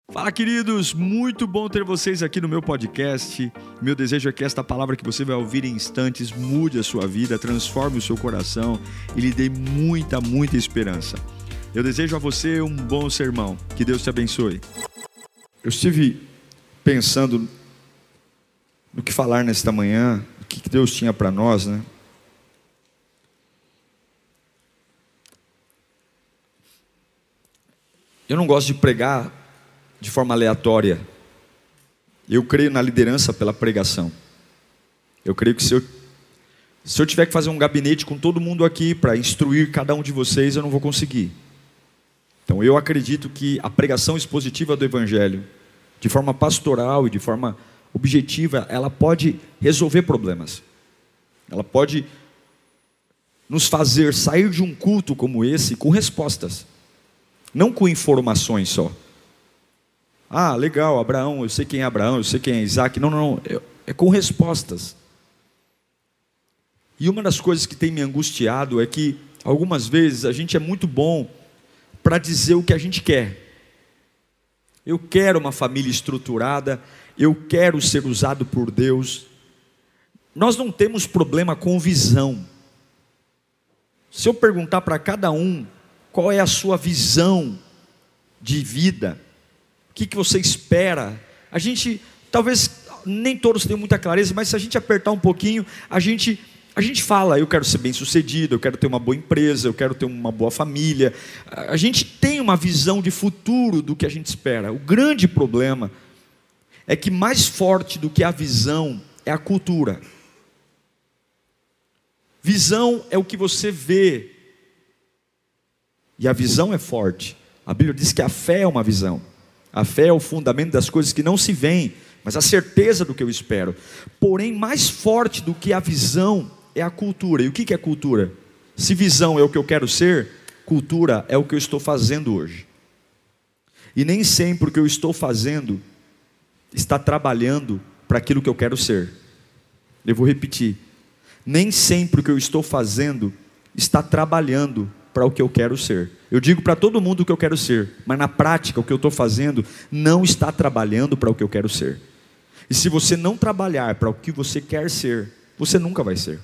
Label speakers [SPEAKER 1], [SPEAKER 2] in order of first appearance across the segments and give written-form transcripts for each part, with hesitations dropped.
[SPEAKER 1] Fala, queridos, muito bom ter vocês aqui no meu podcast. Meu desejo é que esta palavra que você vai ouvir em instantes mude a sua vida, transforme o seu coração e lhe dê muita esperança. Eu desejo a você um bom sermão, que Deus te abençoe. Eu estive pensando no que falar nesta manhã, o que Deus tinha para nós, né? Eu não gosto de pregar de forma aleatória. Eu creio na liderança pela pregação. Eu creio que se eu tiver que fazer um gabinete com todo mundo aqui para instruir cada um de vocês, eu não vou conseguir. Então eu acredito que a pregação expositiva do Evangelho, de forma pastoral e de forma objetiva, ela pode resolver problemas. Ela pode nos fazer sair de um culto como esse com respostas, não com informações só. Ah, legal, Abraão, eu sei quem é Abraão, eu sei quem é Isaac. Não, é com respostas. E uma das coisas que tem me angustiado é que algumas vezes a gente é muito bom para dizer o que a gente quer. Eu quero uma família estruturada, eu quero ser usado por Deus. Nós não temos problema com visão. Se eu perguntar para cada um qual é a sua visão de vida, o que você espera? A gente, talvez nem todos tenham muita clareza, mas se a gente apertar um pouquinho, a gente fala, eu quero ser bem sucedido, eu quero ter uma boa empresa, eu quero ter uma boa família. A gente tem uma visão de futuro do que a gente espera. O grande problema é que mais forte do que a visão é a cultura. Visão é o que você vê, e a visão é forte. A Bíblia diz que a fé é uma visão. A fé é o fundamento das coisas que não se veem, mas a certeza do que eu espero. Porém, mais forte do que a visão é a cultura. E o que é cultura? Se visão é o que eu quero ser, cultura é o que eu estou fazendo hoje. E nem sempre o que eu estou fazendo está trabalhando para aquilo que eu quero ser. Eu vou repetir. Nem sempre o que eu estou fazendo está trabalhando para o que eu quero ser. Eu digo para todo mundo o que eu quero ser, mas na prática o que eu estou fazendo não está trabalhando para o que eu quero ser. E se você não trabalhar para o que você quer ser, você nunca vai ser.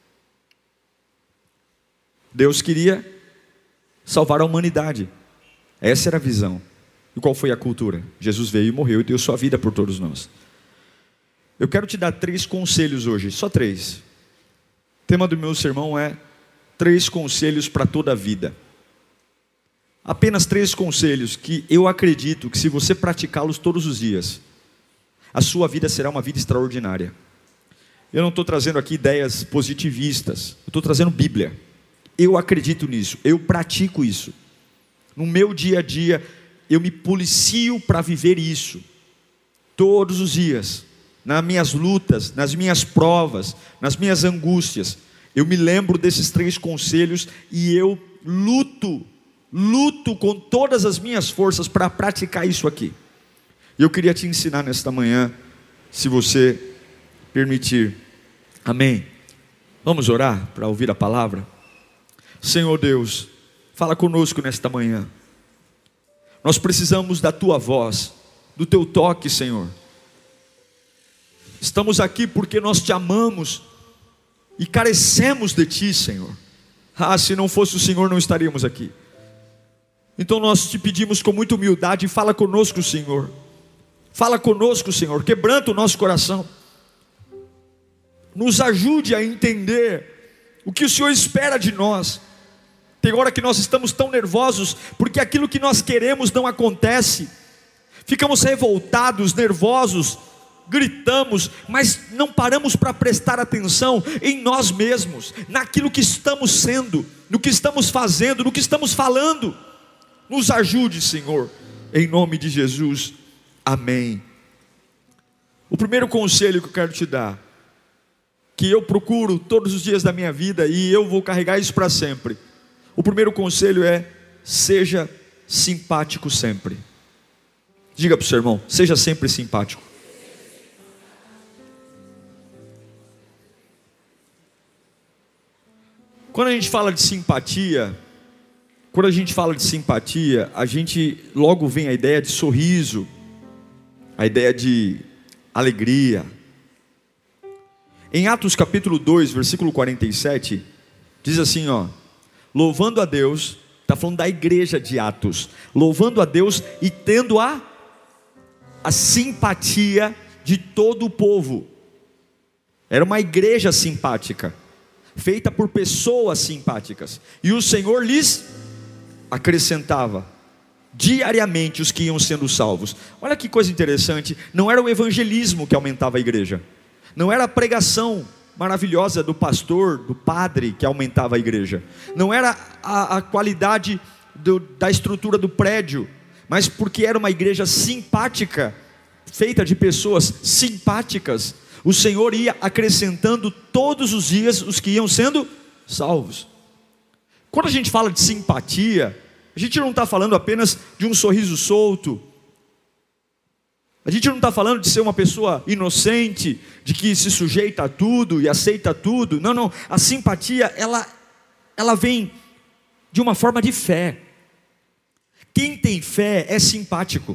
[SPEAKER 1] Deus queria salvar a humanidade. Essa era a visão. E qual foi a cultura? Jesus veio e morreu e deu sua vida por todos nós. Eu quero te dar 3 conselhos hoje, só 3. O tema do meu sermão é 3 conselhos para toda a vida. Apenas 3 conselhos que eu acredito que se você praticá-los todos os dias, a sua vida será uma vida extraordinária. Eu não estou trazendo aqui ideias positivistas, eu estou trazendo Bíblia. Eu acredito nisso, eu pratico isso. No meu dia a dia, eu me policio para viver isso. Todos os dias, nas minhas lutas, nas minhas provas, nas minhas angústias, eu me lembro desses 3 conselhos e eu luto com todas as minhas forças para praticar isso aqui. E eu queria te ensinar nesta manhã, se você permitir. Amém? Vamos orar para ouvir a palavra? Senhor Deus, fala conosco nesta manhã. Nós precisamos da tua voz, do teu toque, Senhor. Estamos aqui porque nós te amamos e carecemos de ti, Senhor. Se não fosse o Senhor, não estaríamos aqui. Então nós te pedimos com muita humildade, fala conosco, Senhor. Fala conosco, Senhor, quebranta o nosso coração. Nos ajude a entender o que o Senhor espera de nós. Tem hora que nós estamos tão nervosos, porque aquilo que nós queremos não acontece. Ficamos revoltados, nervosos, gritamos, mas não paramos para prestar atenção em nós mesmos, naquilo que estamos sendo, no que estamos fazendo, no que estamos falando. Nos ajude, Senhor, em nome de Jesus, amém. O primeiro conselho que eu quero te dar, que eu procuro todos os dias da minha vida e eu vou carregar isso para sempre. O primeiro conselho é: seja simpático sempre. Diga para o seu irmão, seja sempre simpático. Quando a gente fala de simpatia, Quando a gente fala de simpatia, a gente logo vem a ideia de sorriso, a ideia de alegria. Em Atos capítulo 2, versículo 47, diz assim, louvando a Deus, está falando da igreja de Atos, louvando a Deus e tendo a simpatia de todo o povo. Era uma igreja simpática, feita por pessoas simpáticas, e o Senhor lhes acrescentava diariamente os que iam sendo salvos. Olha que coisa interessante, não era o evangelismo que aumentava a igreja, não era a pregação maravilhosa do pastor, do padre que aumentava a igreja, não era a qualidade da estrutura do prédio, mas porque era uma igreja simpática, feita de pessoas simpáticas, o Senhor ia acrescentando todos os dias os que iam sendo salvos. Quando a gente fala de simpatia, a gente não está falando apenas de um sorriso solto, a gente não está falando de ser uma pessoa inocente, de que se sujeita a tudo e aceita tudo. Não, a simpatia ela vem de uma forma de fé. Quem tem fé é simpático.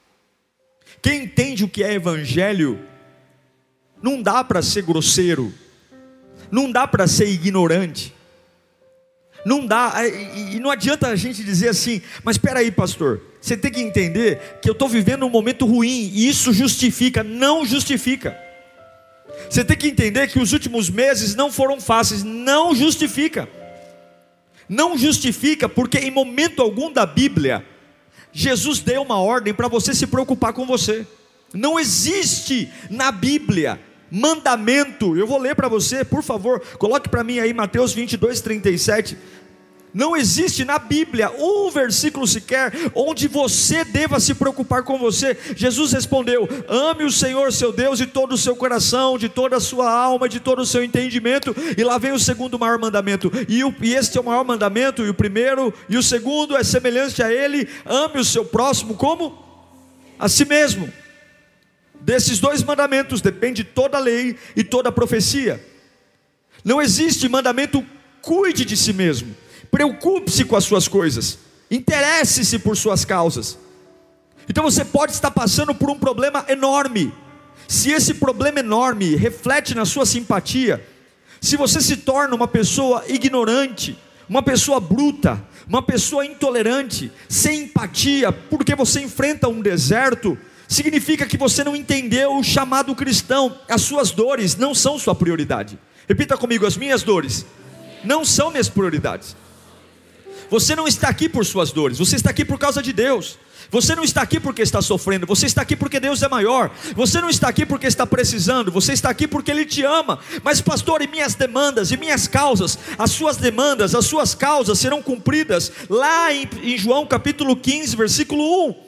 [SPEAKER 1] Quem entende o que é evangelho, não dá para ser grosseiro, não dá para ser ignorante, não dá, e não adianta a gente dizer assim, mas espera aí pastor, você tem que entender que eu estou vivendo um momento ruim, e isso justifica. Não justifica. Você tem que entender que os últimos meses não foram fáceis. Não justifica. Não justifica, porque em momento algum da Bíblia Jesus deu uma ordem para você se preocupar com você. Não existe na Bíblia mandamento. Eu vou ler para você, por favor, coloque para mim aí Mateus 22:37. Não existe na Bíblia um versículo sequer onde você deva se preocupar com você. Jesus respondeu: ame o Senhor seu Deus de todo o seu coração, de toda a sua alma, de todo o seu entendimento. E lá vem o segundo maior mandamento, e este é o maior mandamento, e o primeiro, e o segundo é semelhante a ele: ame o seu próximo como a si mesmo. Desses dois mandamentos depende toda a lei e toda a profecia. Não existe mandamento: cuide de si mesmo, preocupe-se com as suas coisas, interesse-se por suas causas. Então você pode estar passando por um problema enorme. Se esse problema enorme reflete na sua simpatia, se você se torna uma pessoa ignorante, uma pessoa bruta, uma pessoa intolerante, sem empatia, porque você enfrenta um deserto, significa que você não entendeu o chamado cristão. As suas dores não são sua prioridade. Repita comigo: as minhas dores não são minhas prioridades. Você não está aqui por suas dores, você está aqui por causa de Deus. Você não está aqui porque está sofrendo, você está aqui porque Deus é maior. Você não está aqui porque está precisando, você está aqui porque Ele te ama. Mas pastor, e minhas demandas, e minhas causas? As suas demandas, as suas causas serão cumpridas lá em João capítulo 15, versículo 1.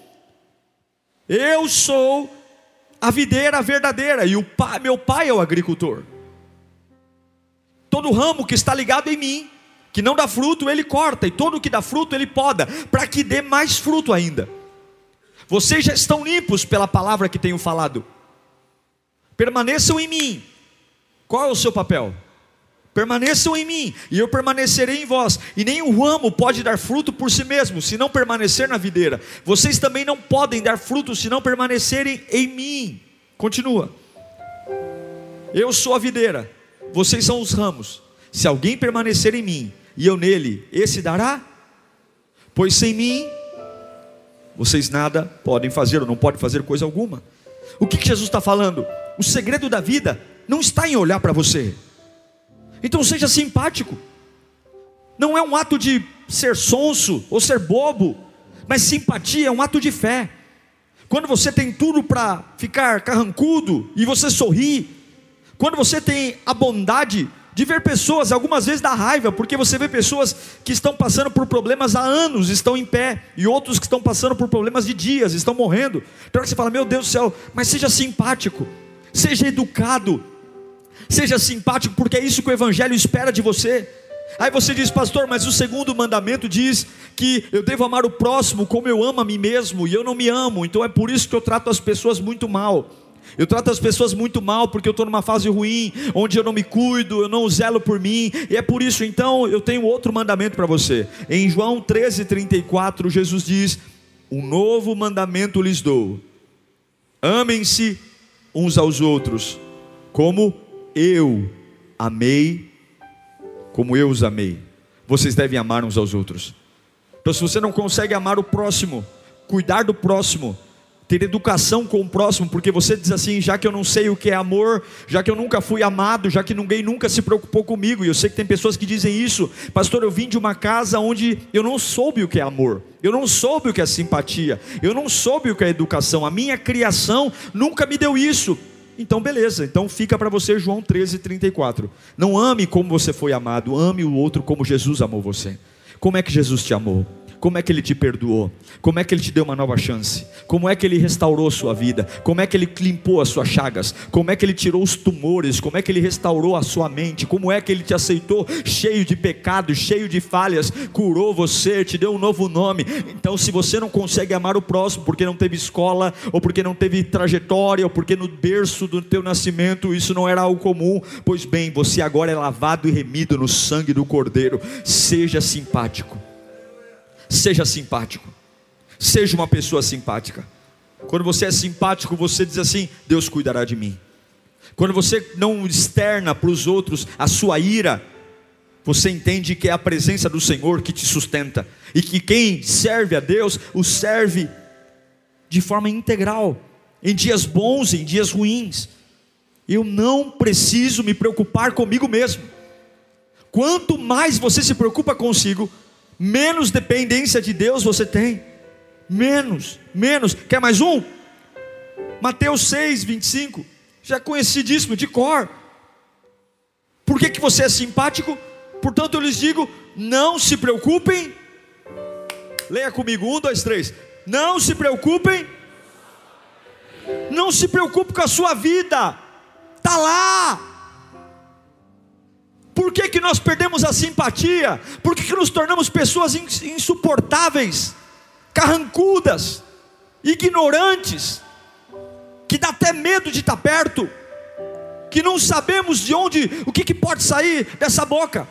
[SPEAKER 1] Eu sou a videira verdadeira, e meu pai é o agricultor. Todo ramo que está ligado em mim, que não dá fruto, Ele corta, e todo que dá fruto Ele poda, para que dê mais fruto ainda. Vocês já estão limpos pela palavra que tenho falado. Permaneçam em mim. Qual é o seu papel? Permaneçam em mim, e eu permanecerei em vós. E nenhum ramo pode dar fruto por si mesmo, se não permanecer na videira. Vocês também não podem dar fruto, se não permanecerem em mim. Continua. Eu sou a videira, vocês são os ramos. Se alguém permanecer em mim, e eu nele, esse dará. Pois sem mim, vocês nada podem fazer, ou não podem fazer coisa alguma. O que Jesus está falando? O segredo da vida não está em olhar para você. Então seja simpático. Não é um ato de ser sonso ou ser bobo, mas simpatia é um ato de fé. Quando você tem tudo para ficar carrancudo e você sorri, quando você tem a bondade de ver pessoas, algumas vezes dá raiva, porque você vê pessoas que estão passando por problemas há anos, estão em pé, e outros que estão passando por problemas de dias, estão morrendo. Então você fala: meu Deus do céu, mas seja simpático, seja educado, seja simpático, porque é isso que o Evangelho espera de você. Aí você diz: pastor, mas o segundo mandamento diz que eu devo amar o próximo como eu amo a mim mesmo, e eu não me amo, então é por isso que eu trato as pessoas muito mal. Eu trato as pessoas muito mal porque eu estou numa fase ruim, onde eu não me cuido, eu não zelo por mim. E é por isso, então, eu tenho outro mandamento para você. Em João 13:34, Jesus diz: um novo mandamento lhes dou: amem-se uns aos outros, como eu os amei. Vocês devem amar uns aos outros. Então, se você não consegue amar o próximo, cuidar do próximo, ter educação com o próximo, porque você diz assim: já que eu não sei o que é amor, já que eu nunca fui amado, já que ninguém nunca se preocupou comigo. E eu sei que tem pessoas que dizem isso: pastor, eu vim de uma casa onde eu não soube o que é amor, eu não soube o que é simpatia, eu não soube o que é educação, a minha criação nunca me deu isso. Então beleza, então fica para você João 13:34. Não ame como você foi amado, ame o outro como Jesus amou você. Como é que Jesus te amou? Como é que Ele te perdoou? Como é que Ele te deu uma nova chance? Como é que Ele restaurou sua vida? Como é que Ele limpou as suas chagas? Como é que Ele tirou os tumores? Como é que Ele restaurou a sua mente? Como é que Ele te aceitou cheio de pecados, cheio de falhas, curou você, te deu um novo nome? Então, se você não consegue amar o próximo porque não teve escola, ou porque não teve trajetória, ou porque no berço do teu nascimento isso não era algo comum, pois bem, você agora é lavado e remido no sangue do Cordeiro. Seja simpático. Seja simpático, seja uma pessoa simpática. Quando você é simpático, você diz assim: Deus cuidará de mim. Quando você não externa para os outros a sua ira, você entende que é a presença do Senhor que te sustenta, e que quem serve a Deus, o serve de forma integral, em dias bons e em dias ruins. Eu não preciso me preocupar comigo mesmo. Quanto mais você se preocupa consigo, menos dependência de Deus você tem. Menos. Quer mais um? Mateus 6:25. Já conhecidíssimo de cor. Por que você é simpático? Portanto eu lhes digo: não se preocupem. Leia comigo, 1, 2, 3. Não se preocupem. Não se preocupe com a sua vida. Está lá. Por que nós perdemos a simpatia? Por que nos tornamos pessoas insuportáveis, carrancudas, ignorantes, que dá até medo de estar perto, que não sabemos de onde, o que pode sair dessa boca?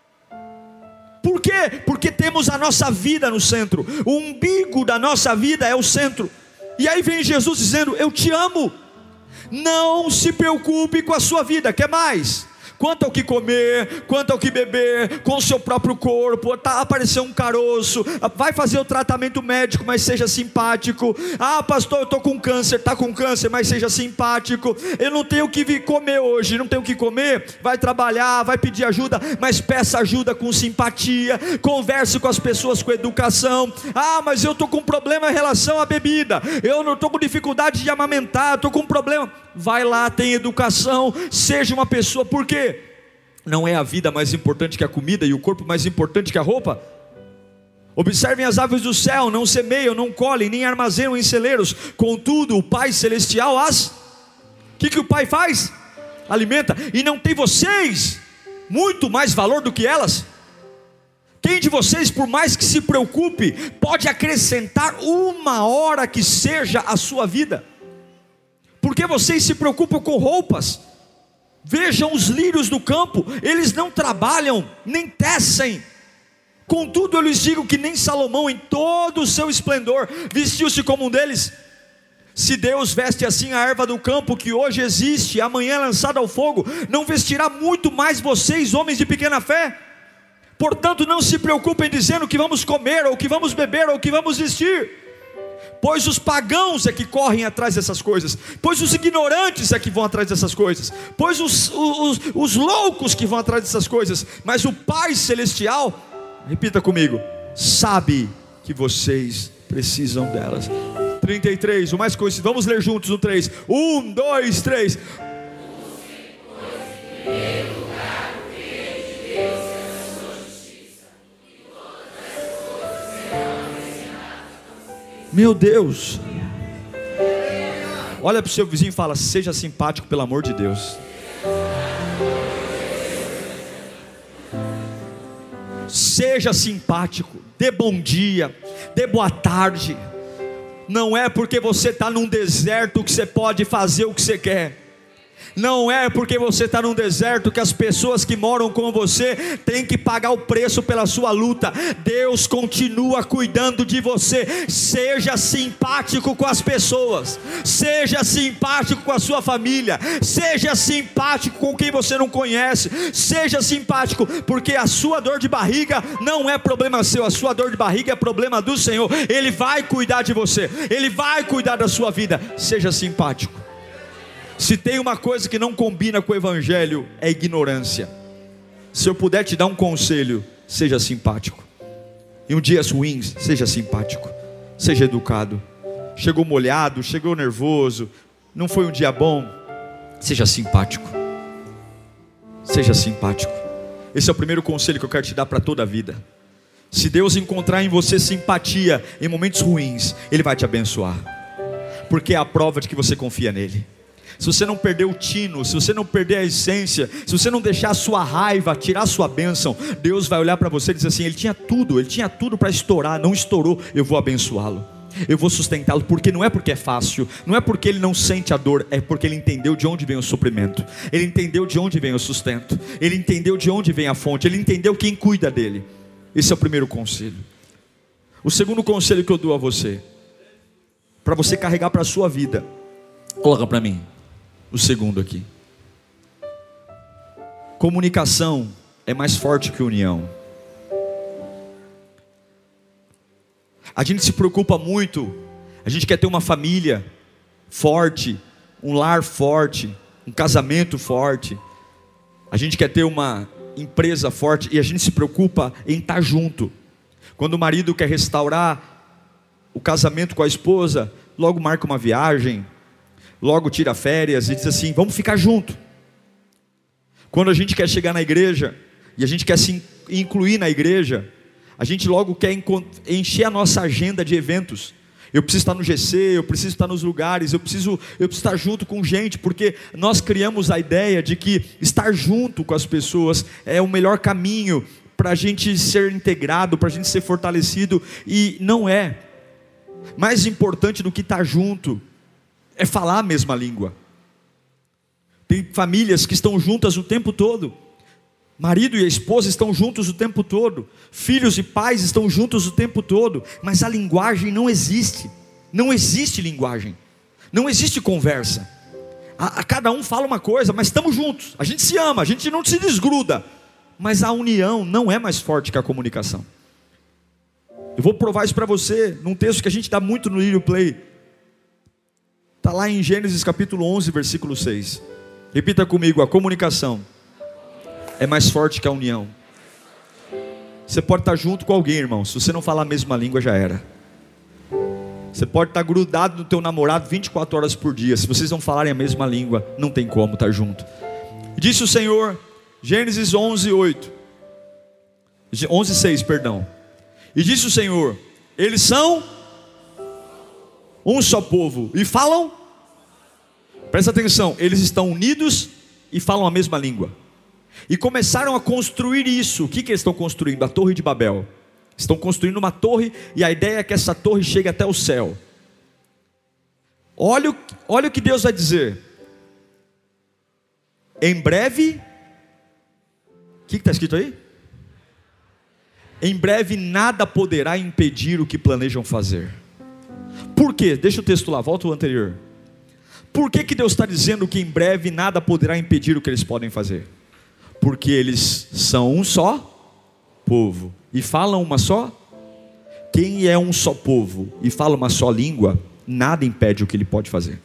[SPEAKER 1] Por quê? Porque temos a nossa vida no centro, o umbigo da nossa vida é o centro. E aí vem Jesus dizendo: eu te amo. Não se preocupe com a sua vida. Quer mais? Quanto ao que comer, quanto ao que beber, com o seu próprio corpo, apareceu um caroço, vai fazer o tratamento médico, mas seja simpático. Ah, pastor, eu estou com câncer. Está com câncer, mas seja simpático. Eu não tenho o que comer hoje, não tenho o que comer. Vai trabalhar, vai pedir ajuda, mas peça ajuda com simpatia. Converse com as pessoas com educação. Ah, mas eu estou com problema em relação à bebida, eu não estou com dificuldade de amamentar, estou com problema. Vai lá, tem educação, seja uma pessoa. Por quê? Não é a vida mais importante que a comida, e o corpo mais importante que a roupa? Observem as aves do céu, não semeiam, não colhem, nem armazenam em celeiros, contudo o Pai Celestial o que o Pai faz? Alimenta. E não tem vocês muito mais valor do que elas? Quem de vocês, por mais que se preocupe, pode acrescentar uma hora que seja a sua vida? Porque vocês se preocupam com roupas? Vejam os lírios do campo, eles não trabalham, nem tecem. Contudo eu lhes digo que nem Salomão, em todo o seu esplendor, vestiu-se como um deles. Se Deus veste assim a erva do campo, que hoje existe, amanhã é lançada ao fogo, não vestirá muito mais vocês, homens de pequena fé? Portanto não se preocupem dizendo o que vamos comer, ou o que vamos beber, ou o que vamos vestir. Pois os pagãos é que correm atrás dessas coisas, pois os ignorantes é que vão atrás dessas coisas, pois os loucos que vão atrás dessas coisas. Mas o Pai Celestial, repita comigo, sabe que vocês precisam delas. 33, o mais conhecido, vamos ler juntos no 3, 1, 2, 3. Meu Deus. Olha para o seu vizinho e fala: seja simpático, pelo amor de Deus. Seja simpático, dê bom dia, dê boa tarde. Não é porque você está num deserto que você pode fazer o que você quer. Não é porque você está num deserto que as pessoas que moram com você têm que pagar o preço pela sua luta. Deus continua cuidando de você. Seja simpático com as pessoas, seja simpático com a sua família, seja simpático com quem você não conhece, seja simpático, porque a sua dor de barriga não é problema seu, a sua dor de barriga é problema do Senhor. Ele vai cuidar de você, Ele vai cuidar da sua vida. Seja simpático. Se tem uma coisa que não combina com o evangelho, é ignorância. Se eu puder te dar um conselho, seja simpático. Em dias ruins, seja simpático, seja educado. Chegou molhado, chegou nervoso, não foi um dia bom, seja simpático. Seja simpático. Esse é o primeiro conselho que eu quero te dar para toda a vida. Se Deus encontrar em você simpatia em momentos ruins, Ele vai te abençoar, porque é a prova de que você confia nele. Se você não perder o tino, se você não perder a essência, se você não deixar a sua raiva tirar a sua bênção, Deus vai olhar para você e dizer assim: ele tinha tudo para estourar, não estourou, eu vou abençoá-lo, eu vou sustentá-lo, porque não é porque é fácil, não é porque ele não sente a dor, é porque ele entendeu de onde vem o suprimento, ele entendeu de onde vem o sustento, ele entendeu de onde vem a fonte, ele entendeu quem cuida dele. Esse é o primeiro conselho. O segundo conselho que eu dou a você, para você carregar para a sua vida, coloca para mim o segundo aqui. Comunicação é mais forte que união. A gente se preocupa muito, a gente quer ter uma família forte, um lar forte, um casamento forte, a gente quer ter uma empresa forte, e a gente se preocupa em estar junto. Quando o marido quer restaurar o casamento com a esposa, logo marca uma viagem, logo tira férias e diz assim: vamos ficar junto. Quando a gente quer chegar na igreja e a gente quer se incluir na igreja, a gente logo quer encher a nossa agenda de eventos. Eu preciso estar no GC, eu preciso estar nos lugares, eu preciso estar junto com gente, porque nós criamos a ideia de que estar junto com as pessoas é o melhor caminho para a gente ser integrado, para a gente ser fortalecido, e não é. Mais importante do que estar junto é falar a mesma língua. Tem famílias que estão juntas o tempo todo, marido e a esposa estão juntos o tempo todo, filhos e pais estão juntos o tempo todo, mas a linguagem não existe. Não existe linguagem, não existe conversa. A cada um fala uma coisa, mas estamos juntos, a gente se ama, a gente não se desgruda, mas a união não é mais forte que a comunicação. Eu vou provar isso para você num texto que a gente dá muito no Lírio Play. Está lá em Gênesis capítulo 11, versículo 6. Repita comigo: a comunicação é mais forte que a união. Você pode estar junto com alguém, irmão, se você não falar a mesma língua, já era. Você pode estar grudado no teu namorado 24 horas por dia, se vocês não falarem a mesma língua, não tem como estar junto. Disse o Senhor, Gênesis 11, 8, 11, 6, perdão. E disse o Senhor: eles são um só povo e falam, presta atenção, eles estão unidos e falam a mesma língua. E começaram a construir isso. O que eles estão construindo? A Torre de Babel. Estão construindo uma torre, e a ideia é que essa torre chegue até o céu. Olha o que Deus vai dizer. Em breve, o que está escrito aí? Em breve nada poderá impedir o que planejam fazer. Por quê? Deixa o texto lá, volta o anterior. Por que Deus está dizendo que em breve nada poderá impedir o que eles podem fazer? Porque eles são um só povo e falam uma só. Quem é um só povo e fala uma só língua, nada impede o que ele pode fazer.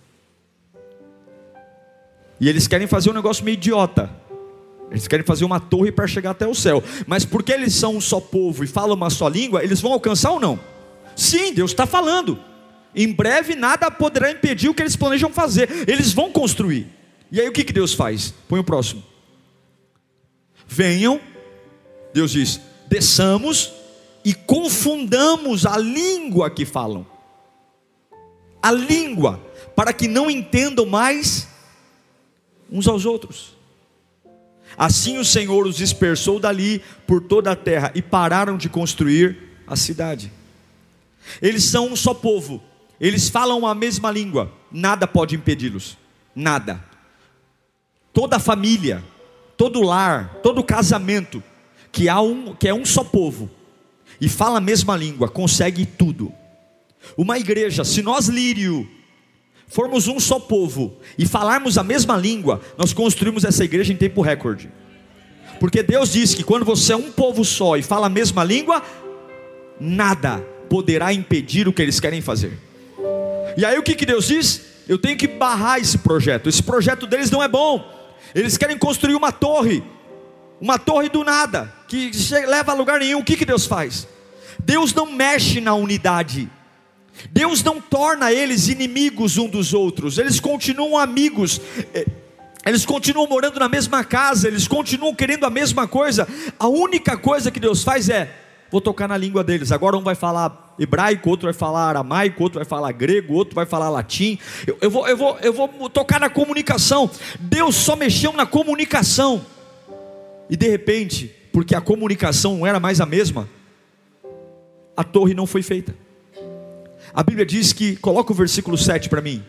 [SPEAKER 1] E eles querem fazer um negócio meio idiota. Eles querem fazer uma torre para chegar até o céu. Mas porque eles são um só povo e falam uma só língua, eles vão alcançar ou não? Sim, Deus está falando. Em breve nada poderá impedir o que eles planejam fazer. Eles vão construir. E aí o que Deus faz? Põe o próximo. Venham, Deus diz, desçamos e confundamos a língua que falam. A língua, para que não entendam mais uns aos outros. Assim o Senhor os dispersou dali por toda a terra e pararam de construir a cidade. Eles são um só povo, eles falam a mesma língua, nada pode impedi-los, nada. Toda família, todo lar, todo casamento que é um só povo e fala a mesma língua, consegue tudo. Uma igreja, se nós, Lírio, formos um só povo e falarmos a mesma língua, nós construímos essa igreja em tempo recorde. Porque Deus diz que quando você é um povo só e fala a mesma língua, nada poderá impedir o que eles querem fazer. E aí o que Deus diz? Eu tenho que barrar esse projeto deles não é bom. Eles querem construir uma torre do nada, que leva a lugar nenhum. O que Deus faz? Deus não mexe na unidade, Deus não torna eles inimigos um dos outros, eles continuam amigos, eles continuam morando na mesma casa, eles continuam querendo a mesma coisa. A única coisa que Deus faz é: vou tocar na língua deles. Agora um vai falar hebraico, outro vai falar aramaico, outro vai falar grego, outro vai falar latim. Eu vou tocar na comunicação. Deus só mexeu na comunicação. E de repente, porque a comunicação não era mais a mesma, a torre não foi feita. A Bíblia diz que, coloca o versículo 7 para mim.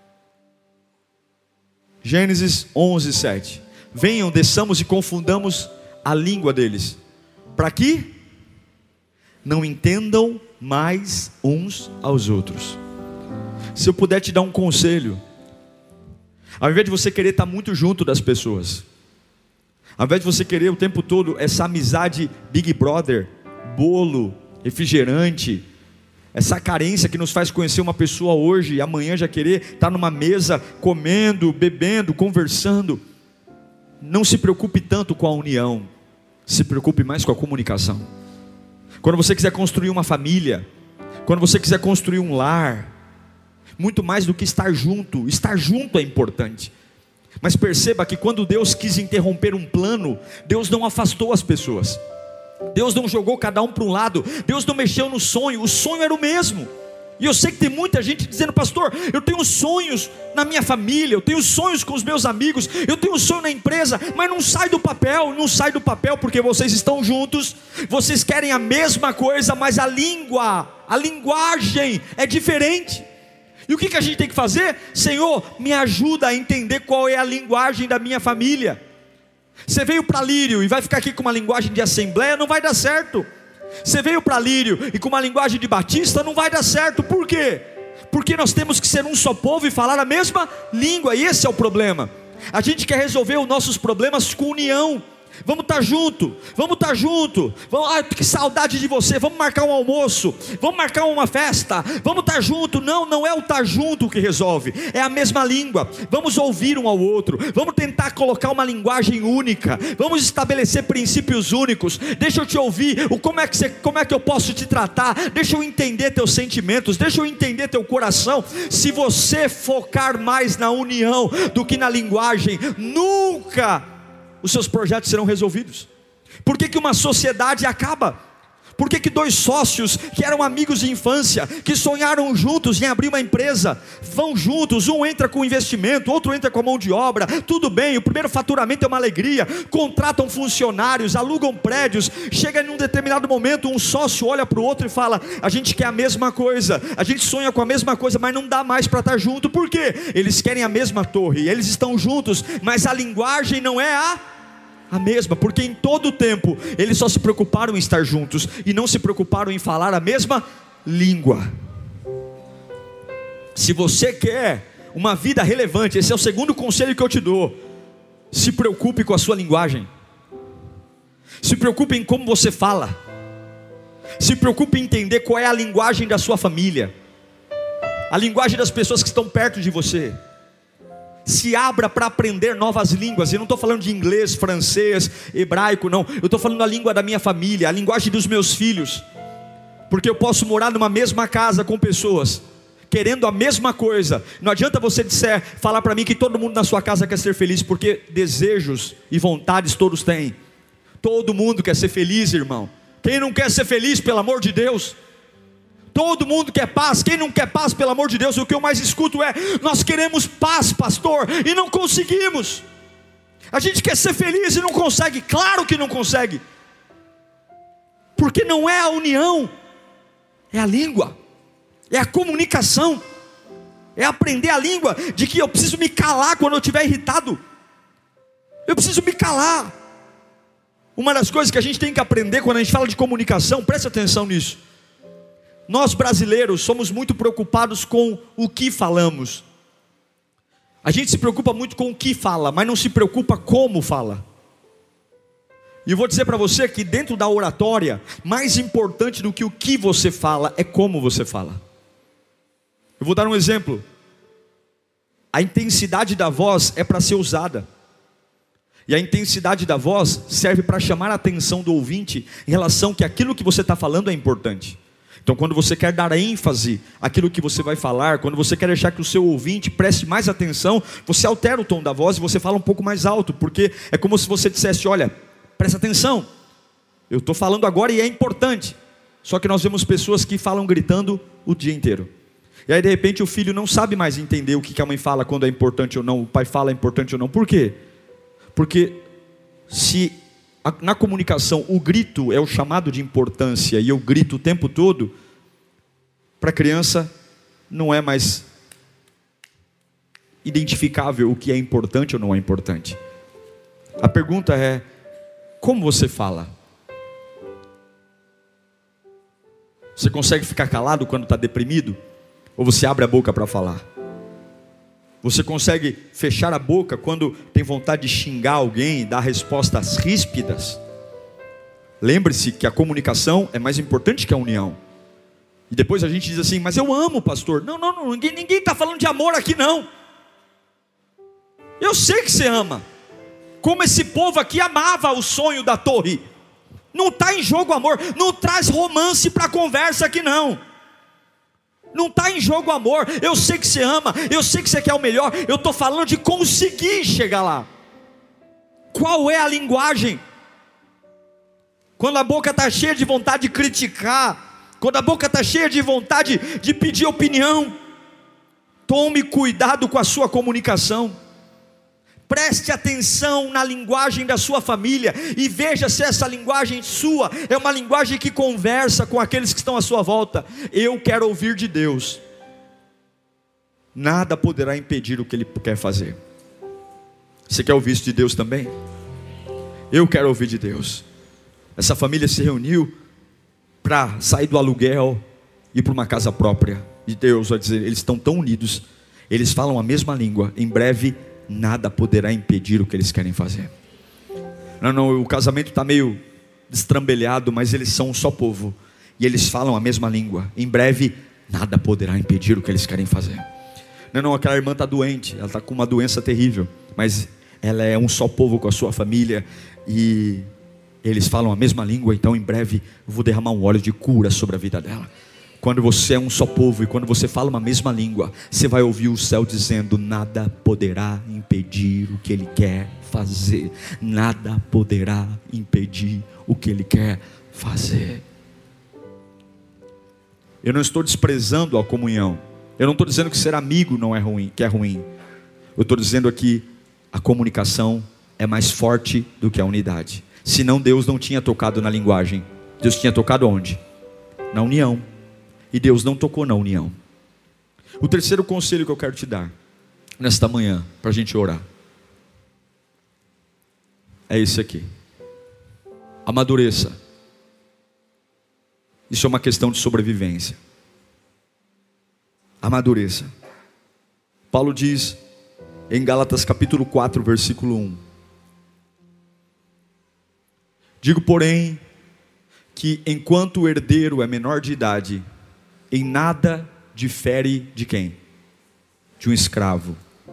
[SPEAKER 1] Gênesis 11, 7. Venham, desçamos e confundamos a língua deles, para que não entendam mais uns aos outros. Se eu puder te dar um conselho, ao invés de você querer estar muito junto das pessoas, ao invés de você querer o tempo todo essa amizade Big Brother, bolo, refrigerante, essa carência que nos faz conhecer uma pessoa hoje e amanhã já querer estar numa mesa comendo, bebendo, conversando, não se preocupe tanto com a união, se preocupe mais com a comunicação. Quando você quiser construir uma família, quando você quiser construir um lar, muito mais do que estar junto é importante. Mas perceba que quando Deus quis interromper um plano, Deus não afastou as pessoas, Deus não jogou cada um para um lado, Deus não mexeu no sonho, o sonho era o mesmo. E eu sei que tem muita gente dizendo: pastor, eu tenho sonhos na minha família, eu tenho sonhos com os meus amigos, eu tenho sonho na empresa, mas não sai do papel porque vocês estão juntos, vocês querem a mesma coisa, mas a linguagem é diferente. E o que a gente tem que fazer? Senhor, me ajuda a entender qual é a linguagem da minha família. Você veio para Lírio e vai ficar aqui com uma linguagem de assembleia, não vai dar certo. Você veio para Lírio e com uma linguagem de batista, não vai dar certo. Por quê? Porque nós temos que ser um só povo e falar a mesma língua, e esse é o problema. A gente quer resolver os nossos problemas com união. Vamos estar junto. Que saudade de você. Vamos marcar um almoço, vamos marcar uma festa, vamos estar junto. Não é o estar junto que resolve, é a mesma língua. Vamos ouvir um ao outro, vamos tentar colocar uma linguagem única, vamos estabelecer princípios únicos. Deixa eu te ouvir, como é que eu posso te tratar, deixa eu entender teus sentimentos, deixa eu entender teu coração. Se você focar mais na união do que na linguagem, nunca os seus projetos serão resolvidos. Por que uma sociedade acaba? Por que dois sócios que eram amigos de infância, que sonharam juntos em abrir uma empresa, vão juntos, um entra com investimento, outro entra com a mão de obra, tudo bem, o primeiro faturamento é uma alegria, contratam funcionários, alugam prédios, chega em um determinado momento, um sócio olha para o outro e fala: a gente quer a mesma coisa, a gente sonha com a mesma coisa, mas não dá mais para estar junto. Por quê? Eles querem a mesma torre, eles estão juntos, mas a linguagem não é a mesma, porque em todo o tempo eles só se preocuparam em estar juntos e não se preocuparam em falar a mesma língua. Se você quer uma vida relevante, esse é o segundo conselho que eu te dou: se preocupe com a sua linguagem, se preocupe em como você fala, se preocupe em entender qual é a linguagem da sua família, a linguagem das pessoas que estão perto de você. Se abra para aprender novas línguas. Eu não estou falando de inglês, francês, hebraico, não. Eu estou falando a língua da minha família, a linguagem dos meus filhos. Porque eu posso morar numa mesma casa com pessoas querendo a mesma coisa. Não adianta você falar para mim que todo mundo na sua casa quer ser feliz, porque desejos e vontades todos têm. Todo mundo quer ser feliz, irmão. Quem não quer ser feliz, pelo amor de Deus? Todo mundo quer paz. Quem não quer paz, pelo amor de Deus? O que eu mais escuto é: nós queremos paz, pastor, e não conseguimos. A gente quer ser feliz e não consegue. Claro que não consegue, porque não é a união, é a língua. É a comunicação. É aprender a língua de que eu preciso me calar quando eu estiver irritado. Eu preciso me calar. Uma das coisas que a gente tem que aprender quando a gente fala de comunicação, preste atenção nisso. Nós brasileiros somos muito preocupados com o que falamos. A gente se preocupa muito com o que fala, mas não se preocupa como fala. E eu vou dizer para você que dentro da oratória, mais importante do que o que você fala é como você fala. Eu vou dar um exemplo. A intensidade da voz é para ser usada. E a intensidade da voz serve para chamar a atenção do ouvinte em relação que aquilo que você está falando é importante. Então quando você quer dar ênfase àquilo que você vai falar, quando você quer deixar que o seu ouvinte preste mais atenção, você altera o tom da voz e você fala um pouco mais alto, porque é como se você dissesse: olha, presta atenção, eu estou falando agora e é importante. Só que nós vemos pessoas que falam gritando o dia inteiro. E aí de repente o filho não sabe mais entender o que a mãe fala, quando é importante ou não, o pai fala é importante ou não. Por quê? Porque se na comunicação o grito é o chamado de importância e eu grito o tempo todo, para a criança não é mais identificável o que é importante ou não é importante. A pergunta é: como você fala? Você consegue ficar calado quando está deprimido? Ou você abre a boca para falar? Você consegue fechar a boca quando tem vontade de xingar alguém e dar respostas ríspidas? Lembre-se que a comunicação é mais importante que a união. E depois a gente diz assim: mas eu amo, pastor. Não, ninguém está falando de amor aqui não. Eu sei que você ama. Como esse povo aqui amava o sonho da torre. Não está em jogo amor. Não traz romance para a conversa aqui não. Não está em jogo amor. Eu sei que você ama, eu sei que você quer o melhor. Eu estou falando de conseguir chegar lá. Qual é a linguagem? Quando a boca está cheia de vontade de criticar, quando a boca está cheia de vontade de pedir opinião, tome cuidado com a sua comunicação. Preste atenção na linguagem da sua família e veja se essa linguagem sua é uma linguagem que conversa com aqueles que estão à sua volta. Eu quero ouvir de Deus. Nada poderá impedir o que Ele quer fazer. Você quer ouvir isso de Deus também? Eu quero ouvir de Deus. Essa família se reuniu para sair do aluguel e ir para uma casa própria. E Deus vai dizer: eles estão tão unidos, eles falam a mesma língua. Em breve nada poderá impedir o que eles querem fazer. Não, o casamento está meio destrambelhado, mas eles são um só povo e eles falam a mesma língua. Em breve nada poderá impedir o que eles querem fazer. Não, aquela irmã está doente, ela está com uma doença terrível, mas ela é um só povo com a sua família e eles falam a mesma língua. Então em breve eu vou derramar um óleo de cura sobre a vida dela. Quando você é um só povo e quando você fala uma mesma língua, você vai ouvir o céu dizendo: nada poderá impedir o que Ele quer fazer. Nada poderá impedir o que Ele quer fazer. Eu não estou desprezando a comunhão. Eu não estou dizendo que ser amigo não é ruim, que é ruim. Eu estou dizendo aqui, a comunicação é mais forte do que a unidade. Senão Deus não tinha tocado na linguagem. Deus tinha tocado onde? Na união. E Deus não tocou na união. O terceiro conselho que eu quero te dar nesta manhã, para a gente orar, é esse aqui: amadureça. Isso é uma questão de sobrevivência. Amadureça. Paulo diz em Gálatas capítulo 4, versículo 1: digo, porém, que enquanto o herdeiro é menor de idade, em nada difere de quem? De um escravo.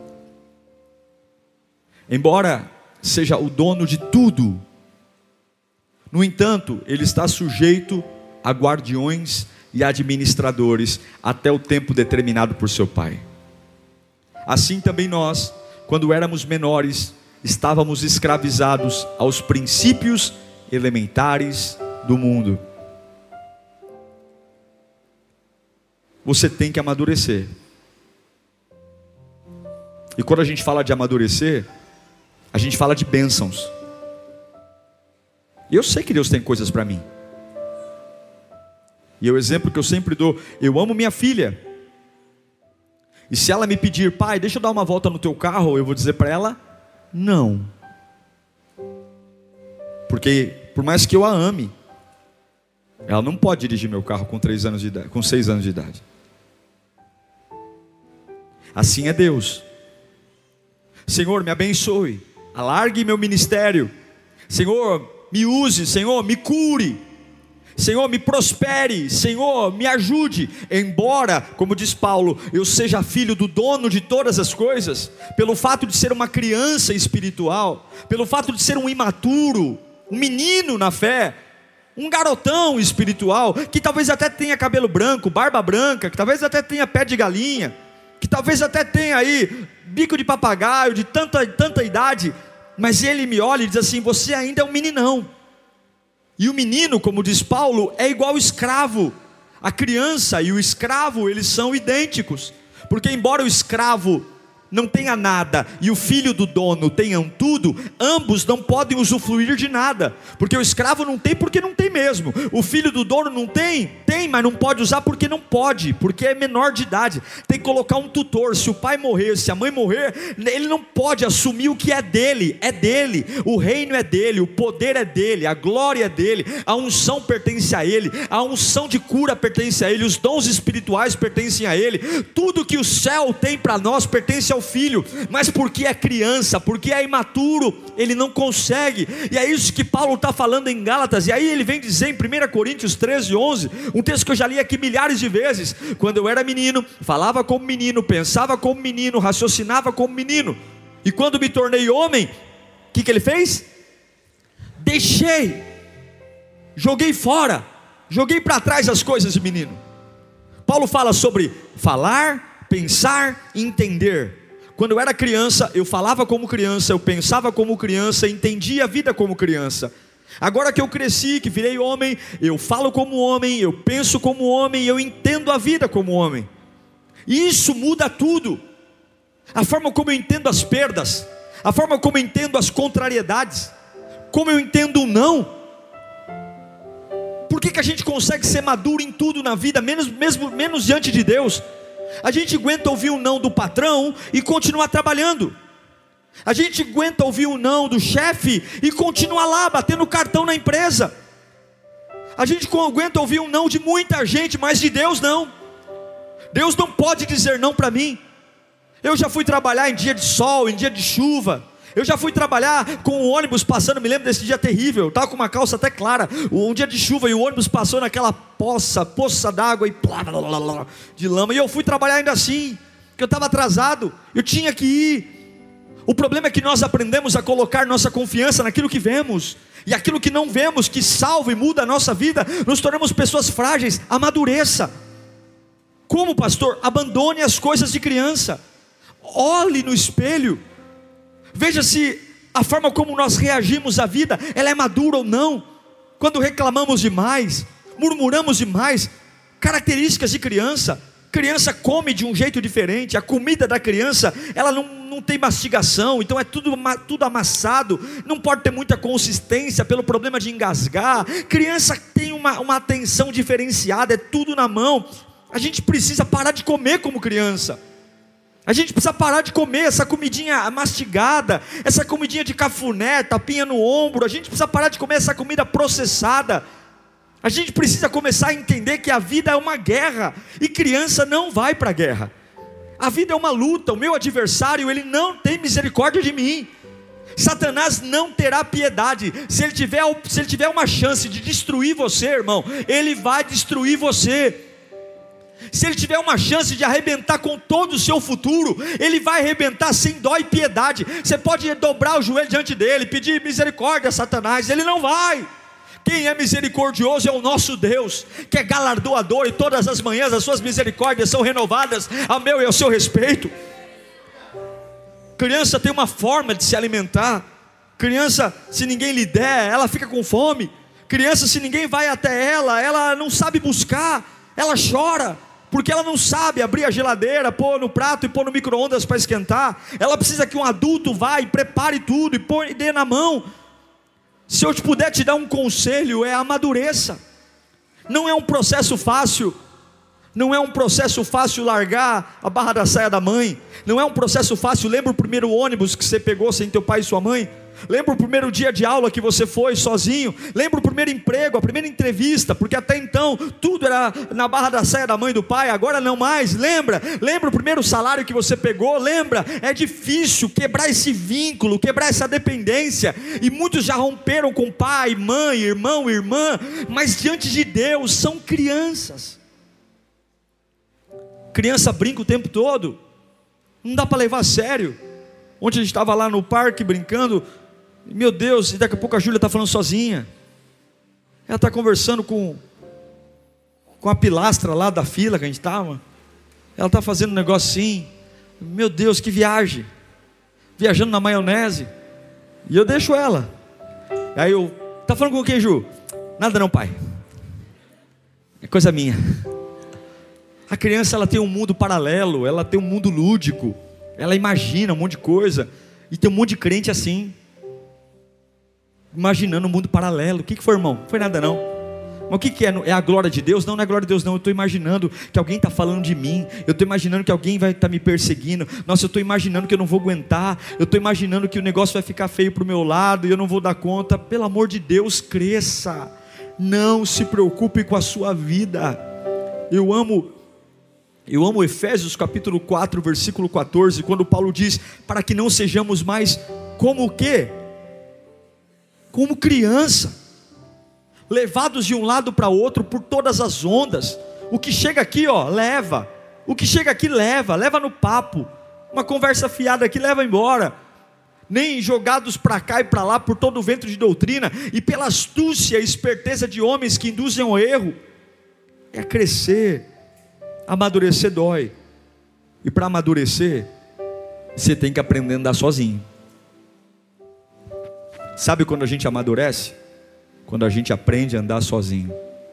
[SPEAKER 1] Embora seja o dono de tudo, no entanto, ele está sujeito a guardiões e administradores até o tempo determinado por seu pai. Assim também nós, quando éramos menores, estávamos escravizados aos princípios elementares do mundo. Você tem que amadurecer. E quando a gente fala de amadurecer, a gente fala de bênçãos. E eu sei que Deus tem coisas para mim. E é o exemplo que eu sempre dou: eu amo minha filha, e se ela me pedir, pai, deixa eu dar uma volta no teu carro, eu vou dizer para ela, não. Porque por mais que eu a ame, ela não pode dirigir meu carro com 3 anos de idade, com 6 anos de idade. Assim é Deus. Senhor, me abençoe, alargue meu ministério. Senhor, me use. Senhor, me cure. Senhor, me prospere. Senhor, me ajude. Embora, como diz Paulo, eu seja filho do dono de todas as coisas, pelo fato de ser uma criança espiritual, pelo fato de ser um imaturo, um menino na fé, um garotão espiritual, que talvez até tenha cabelo branco, barba branca, que talvez até tenha pé de galinha, que talvez até tenha aí bico de papagaio, de tanta idade, mas ele me olha e diz assim: você ainda é um meninão. E o menino, como diz Paulo, é igual ao escravo. A criança e o escravo, eles são idênticos, porque embora o escravo não tenha nada e o filho do dono tenham tudo, ambos não podem usufruir de nada, porque o escravo não tem porque não tem mesmo, o filho do dono não tem, mas não pode usar porque não pode, porque é menor de idade, tem que colocar um tutor. Se o pai morrer, se a mãe morrer, ele não pode assumir o que é dele, o reino é dele, o poder é dele, a glória é dele, a unção pertence a ele, a unção de cura pertence a ele, os dons espirituais pertencem a ele, tudo que o céu tem para nós pertence ao filho, mas porque é criança, porque é imaturo, ele não consegue. E é isso que Paulo está falando em Gálatas. E aí ele vem dizer em 1 Coríntios 13:11, um texto que eu já li aqui milhares de vezes: quando eu era menino, falava como menino, pensava como menino, raciocinava como menino, e quando me tornei homem, o que ele fez? Deixei, joguei fora, joguei para trás as coisas de menino. Paulo fala sobre falar, pensar e entender. Quando eu era criança, eu falava como criança, eu pensava como criança, entendia a vida como criança. Agora que eu cresci, que virei homem, eu falo como homem, eu penso como homem, eu entendo a vida como homem. E isso muda tudo. A forma como eu entendo as perdas, a forma como eu entendo as contrariedades, como eu entendo o não. Por que a gente consegue ser maduro em tudo na vida, menos diante de Deus? A gente aguenta ouvir o não do patrão e continuar trabalhando. A gente aguenta ouvir o não do chefe e continuar lá, batendo cartão na empresa. A gente aguenta ouvir o não de muita gente, mas de Deus não. Deus não pode dizer não para mim. Eu já fui trabalhar em dia de sol, em dia de chuva. Eu já fui trabalhar com o ônibus passando, me lembro desse dia terrível, eu estava com uma calça até clara, um dia de chuva, e o ônibus passou naquela poça d'água e de lama, e eu fui trabalhar ainda assim, porque eu estava atrasado, eu tinha que ir. O problema é que nós aprendemos a colocar nossa confiança naquilo que vemos, e aquilo que não vemos, que salva e muda a nossa vida, nos tornamos pessoas frágeis. Amadureça. Como, pastor? Abandone as coisas de criança, olhe no espelho, veja se a forma como nós reagimos à vida, ela é madura ou não. Quando reclamamos demais, murmuramos demais, características de criança. Criança come de um jeito diferente. A comida da criança, ela não tem mastigação, então é tudo amassado, não pode ter muita consistência pelo problema de engasgar. Criança tem uma atenção diferenciada, é tudo na mão. A gente precisa parar de comer como criança. A gente precisa parar de comer essa comidinha mastigada, essa comidinha de cafuné, tapinha no ombro. A gente precisa parar de comer essa comida processada. A gente precisa começar a entender que a vida é uma guerra, e criança não vai para a guerra. A vida é uma luta. O meu adversário, ele não tem misericórdia de mim. Satanás não terá piedade. Se ele tiver uma chance de destruir você, irmão, ele vai destruir você. Se ele tiver uma chance de arrebentar com todo o seu futuro, ele vai arrebentar sem dó e piedade. Você pode dobrar o joelho diante dele, pedir misericórdia a Satanás, ele não vai. Quem é misericordioso é o nosso Deus, que é galardoador, e todas as manhãs as suas misericórdias são renovadas a meu e ao seu respeito. Criança tem uma forma de se alimentar. Criança, se ninguém lhe der, ela fica com fome. Criança, se ninguém vai até ela não sabe buscar, ela chora, porque ela não sabe abrir a geladeira, pôr no prato e pôr no micro-ondas para esquentar. Ela precisa que um adulto vá e prepare tudo e dê na mão. Se eu puder te dar um conselho, é amadureça. Não é um processo fácil. Não é um processo fácil largar a barra da saia da mãe. Não é um processo fácil. Lembra o primeiro ônibus que você pegou sem teu pai e sua mãe? Lembra o primeiro dia de aula que você foi sozinho? Lembra o primeiro emprego, a primeira entrevista? Porque até então tudo era na barra da saia da mãe e do pai. Agora não mais. Lembra o primeiro salário que você pegou? Lembra? É difícil quebrar esse vínculo, quebrar essa dependência. E muitos já romperam com pai, mãe, irmão, irmã. Mas diante de Deus são crianças. Criança brinca o tempo todo, não dá para levar a sério. Ontem a gente estava lá no parque brincando, meu Deus, e daqui a pouco a Júlia está falando sozinha. Ela está conversando com a pilastra lá da fila que a gente estava. Ela está fazendo um negócio assim, meu Deus, que viagem, viajando na maionese. E eu deixo ela. Aí eu, está falando com quem, Ju? Nada não, pai, é coisa minha. A criança, ela tem um mundo paralelo, ela tem um mundo lúdico, ela imagina um monte de coisa, e tem um monte de crente assim, imaginando um mundo paralelo. O que foi, irmão? Não foi nada não. Mas o que é? É a glória de Deus? Não, não é a glória de Deus não. Eu estou imaginando que alguém está falando de mim, eu estou imaginando que alguém vai estar me perseguindo, nossa, eu estou imaginando que eu não vou aguentar, eu estou imaginando que o negócio vai ficar feio para o meu lado, e eu não vou dar conta. Pelo amor de Deus, cresça, não se preocupe com a sua vida. Eu amo Efésios capítulo 4, versículo 14, quando Paulo diz, para que não sejamos mais como o quê? Como criança, levados de um lado para outro por todas as ondas. O que chega aqui, ó, leva. O que chega aqui leva no papo. Uma conversa fiada aqui leva embora. Nem jogados para cá e para lá por todo o vento de doutrina e pela astúcia e esperteza de homens que induzem ao erro. É crescer. Amadurecer dói. E para amadurecer, você tem que aprender a andar sozinho. Sabe quando a gente amadurece? Quando a gente aprende a andar sozinho.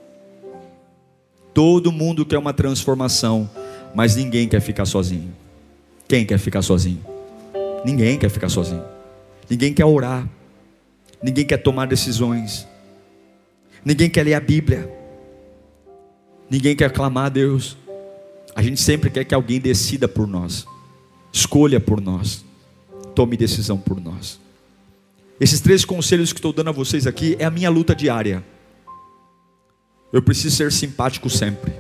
[SPEAKER 1] Todo mundo quer uma transformação, mas ninguém quer ficar sozinho. Quem quer ficar sozinho? Ninguém quer ficar sozinho. Ninguém quer orar. Ninguém quer tomar decisões. Ninguém quer ler a Bíblia. Ninguém quer clamar a Deus. A gente sempre quer que alguém decida por nós, escolha por nós, tome decisão por nós. Esses 3 conselhos que estou dando a vocês aqui é a minha luta diária. Eu preciso ser simpático sempre.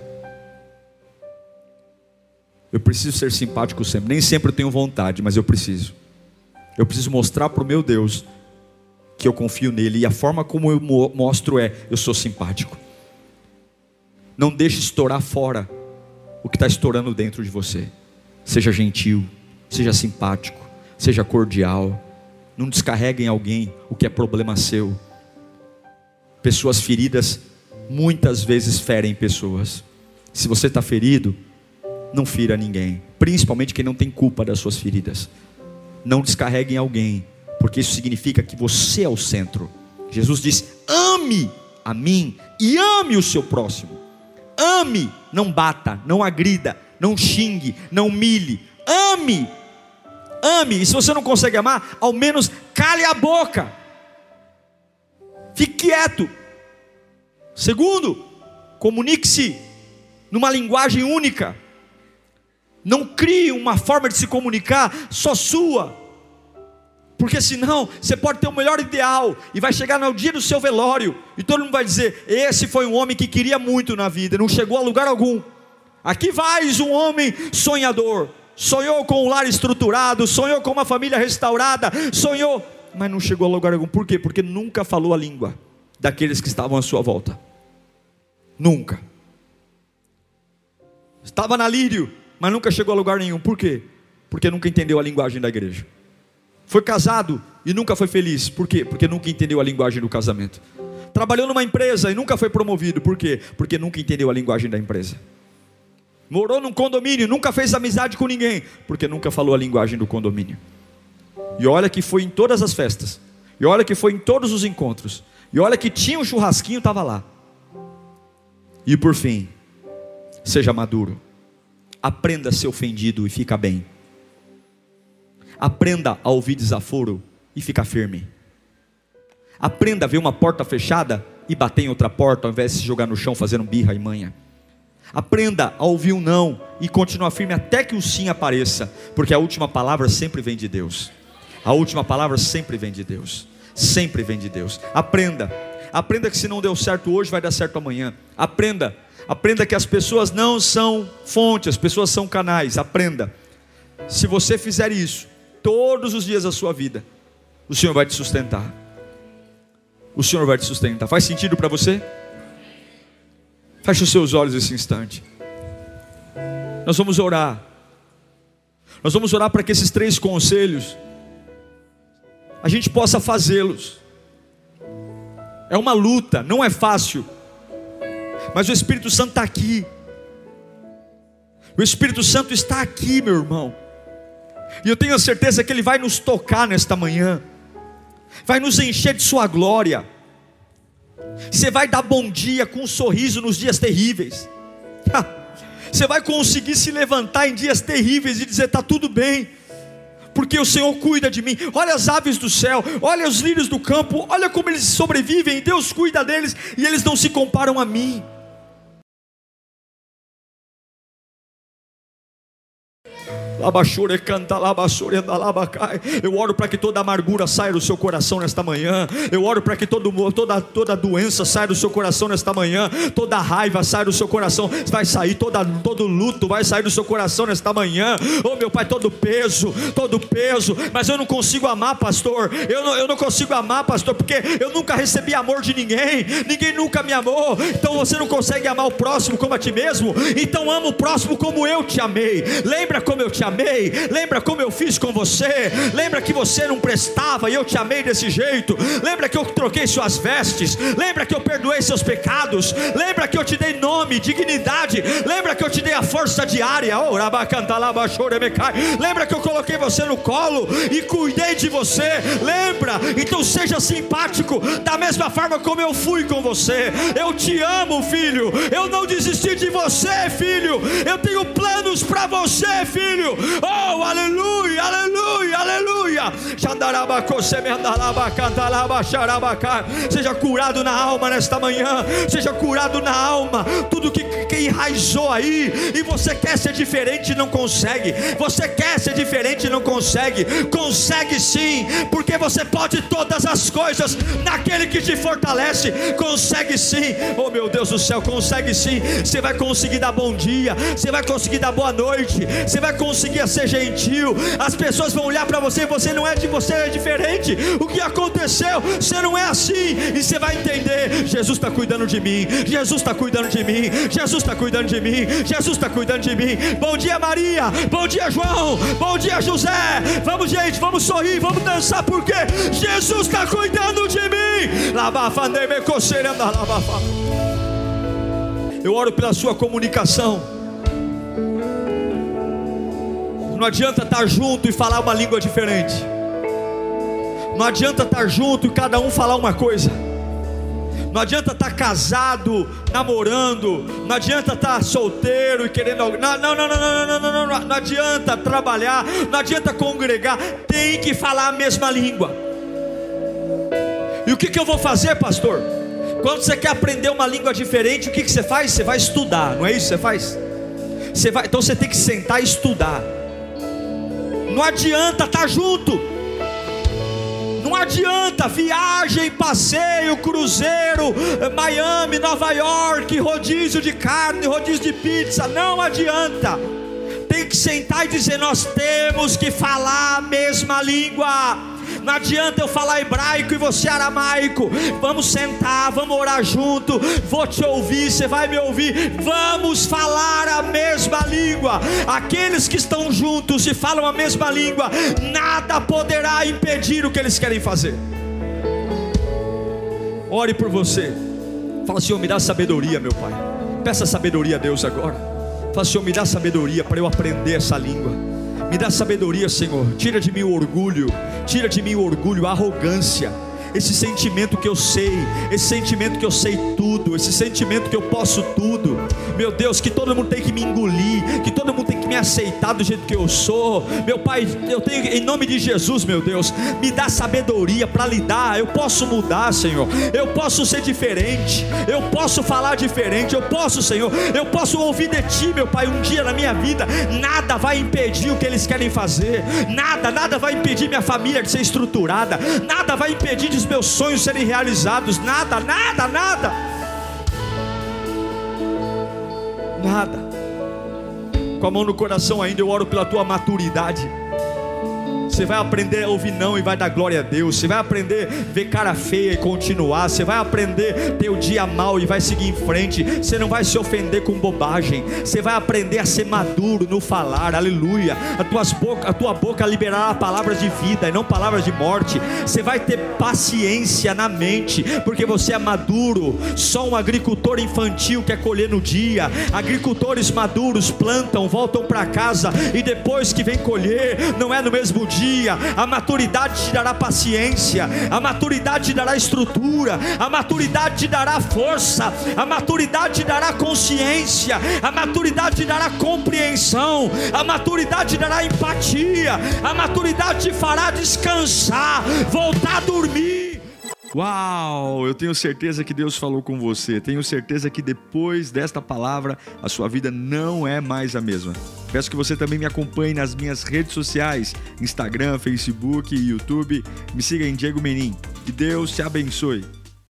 [SPEAKER 1] Eu preciso ser simpático sempre. Nem sempre eu tenho vontade, mas eu preciso. Eu preciso mostrar para o meu Deus que eu confio nele. E a forma como eu mostro é, eu sou simpático. Não deixe estourar fora o que está estourando dentro de você. Seja gentil, seja simpático, seja cordial. Não descarregue em alguém o que é problema seu. Pessoas feridas muitas vezes ferem pessoas. Se você está ferido, não fira ninguém, principalmente quem não tem culpa das suas feridas. Não descarregue em alguém, porque isso significa que você é o centro. Jesus disse, ame a mim e ame o seu próximo. Ame, não bata, não agrida, não xingue, não humilhe. Ame, ame. E se você não consegue amar, ao menos cale a boca. Fique quieto. Segundo, comunique-se numa linguagem única. Não crie uma forma de se comunicar só sua. Porque senão você pode ter o melhor ideal e vai chegar no dia do seu velório e todo mundo vai dizer, esse foi um homem que queria muito na vida, não chegou a lugar algum. Aqui vais um homem sonhador, sonhou com um lar estruturado, sonhou com uma família restaurada, sonhou, mas não chegou a lugar algum. Por quê? Porque nunca falou a língua daqueles que estavam à sua volta. Nunca. Estava na lírio, mas nunca chegou a lugar nenhum. Por quê? Porque nunca entendeu a linguagem da igreja. Foi casado e nunca foi feliz. Por quê? Porque nunca entendeu a linguagem do casamento. Trabalhou numa empresa e nunca foi promovido. Por quê? Porque nunca entendeu a linguagem da empresa. Morou num condomínio, nunca fez amizade com ninguém, porque nunca falou a linguagem do condomínio. E olha que foi em todas as festas, e olha que foi em todos os encontros, e olha que tinha um churrasquinho, estava lá. E por fim, seja maduro. Aprenda a ser ofendido e fica bem. Aprenda a ouvir desaforo e ficar firme. Aprenda a ver uma porta fechada e bater em outra porta, ao invés de se jogar no chão fazendo birra e manha. Aprenda a ouvir um não e continuar firme até que o sim apareça, porque a última palavra sempre vem de Deus. A última palavra sempre vem de Deus. Sempre vem de Deus. Aprenda que se não deu certo hoje, vai dar certo amanhã. Aprenda que as pessoas não são fonte, as pessoas são canais. Aprenda. Se você fizer isso todos os dias da sua vida, o Senhor vai te sustentar. O Senhor vai te sustentar. Faz sentido para você? Feche os seus olhos nesse instante. Nós vamos orar. Nós vamos orar para que esses 3 conselhos a gente possa fazê-los. É uma luta, não é fácil, mas o Espírito Santo está aqui. O Espírito Santo está aqui, meu irmão, e eu tenho a certeza que Ele vai nos tocar nesta manhã, vai nos encher de sua glória. Você vai dar bom dia com um sorriso nos dias terríveis. Você vai conseguir se levantar em dias terríveis e dizer: está tudo bem, porque o Senhor cuida de mim. Olha as aves do céu, olha os lírios do campo, olha como eles sobrevivem, Deus cuida deles, e eles não se comparam a mim. Eu oro para que toda amargura saia do seu coração nesta manhã. Eu oro para que toda doença saia do seu coração nesta manhã. Toda raiva saia do seu coração. Vai sair todo luto vai sair do seu coração nesta manhã. Oh meu Pai, todo peso. Mas eu não consigo amar, pastor. Eu não consigo amar, pastor, porque eu nunca recebi amor de ninguém. Ninguém nunca me amou. Então você não consegue amar o próximo como a ti mesmo. Então ama o próximo como eu te amei. Lembra como eu te amei? Lembra como eu fiz com você? Lembra que você não prestava e eu te amei desse jeito? Lembra que eu troquei suas vestes? Lembra que eu perdoei seus pecados? Lembra que eu te dei nome, dignidade? Lembra que eu te dei a força diária? Lembra que eu coloquei você no colo e cuidei de você? Lembra? Então seja simpático da mesma forma como eu fui com você. Eu te amo, filho. Eu não desisti de você, filho. Eu tenho planos para você, filho. Oh, aleluia, aleluia, aleluia. Seja curado na alma nesta manhã. Seja curado na alma. Tudo que enraizou aí, e você quer ser diferente e não consegue. Você quer ser diferente e não consegue. Consegue sim, porque você pode todas as coisas naquele que te fortalece. Consegue sim. Oh meu Deus do céu, consegue sim. Você vai conseguir dar bom dia, você vai conseguir dar boa noite, você vai conseguir ser gentil. As pessoas vão olhar para você, você não é de você, é diferente. O que aconteceu? Você não é assim. E você vai entender: Jesus está cuidando de mim, Jesus está cuidando de mim, Jesus está cuidando de mim, Jesus está cuidando de mim. Bom dia, Maria. Bom dia, João. Bom dia, José. Vamos, gente, vamos sorrir, vamos dançar, porque Jesus está cuidando de mim. Eu oro pela sua comunicação. Não adianta estar junto e falar uma língua diferente. Não adianta estar junto e cada um falar uma coisa. Não adianta estar casado, namorando. Não adianta estar solteiro e querendo algo. Não adianta trabalhar. Não adianta congregar. Tem que falar a mesma língua. E o que eu vou fazer, pastor? Quando você quer aprender uma língua diferente, o que você faz? Você vai estudar. Não é isso que você faz? Então você tem que sentar e estudar. Não adianta estar junto. Não adianta viagem, passeio, cruzeiro, Miami, Nova York, rodízio de carne, rodízio de pizza. Não adianta. Tem que sentar e dizer: nós temos que falar a mesma língua. Não adianta eu falar hebraico e você aramaico. Vamos sentar, vamos orar junto. Vou te ouvir, você vai me ouvir. Vamos falar a mesma língua. Aqueles que estão juntos e falam a mesma língua, nada poderá impedir o que eles querem fazer. Ore por você. Fala: Senhor, me dá sabedoria, meu Pai. Peça sabedoria a Deus agora. Fala: Senhor, me dá sabedoria para eu aprender essa língua. Me dá sabedoria, Senhor. Tira de mim o orgulho. Tira de mim o orgulho, a arrogância. esse sentimento que eu sei, esse sentimento que eu sei tudo, esse sentimento que eu posso tudo. Meu Deus, que todo mundo tem que me engolir, que todo mundo tem que me aceitar do jeito que eu sou. Meu Pai, eu tenho, em nome de Jesus, meu Deus, me dá sabedoria para lidar. Eu posso mudar, Senhor, eu posso ser diferente, eu posso falar diferente, eu posso, Senhor, eu posso ouvir de Ti, meu Pai, um dia na minha vida. Nada vai impedir o que eles querem fazer, nada vai impedir minha família de ser estruturada, nada vai impedir dos meus sonhos serem realizados, nada. Com a mão no coração ainda, eu oro pela tua maturidade. Você vai aprender a ouvir não e vai dar glória a Deus. Você vai aprender a ver cara feia e continuar. Você vai aprender a ter o dia mal e vai seguir em frente. Você não vai se ofender com bobagem. Você vai aprender a ser maduro no falar, aleluia. A tua boca liberará palavras de vida e não palavras de morte. Você vai ter paciência na mente, porque você é maduro. Só um agricultor infantil quer colher no dia. Agricultores maduros plantam, voltam para casa e depois que vem colher, não é no mesmo dia. A maturidade te dará paciência, a maturidade te dará estrutura, a maturidade te dará força, a maturidade te dará consciência, a maturidade te dará compreensão, a maturidade te dará empatia, a maturidade te fará descansar, voltar a dormir. Uau, eu tenho certeza que Deus falou com você. Tenho certeza que depois desta palavra a sua vida não é mais a mesma. Peço que você também me acompanhe nas minhas redes sociais, Instagram, Facebook e YouTube. Me siga em Diego Menin. Que Deus te abençoe.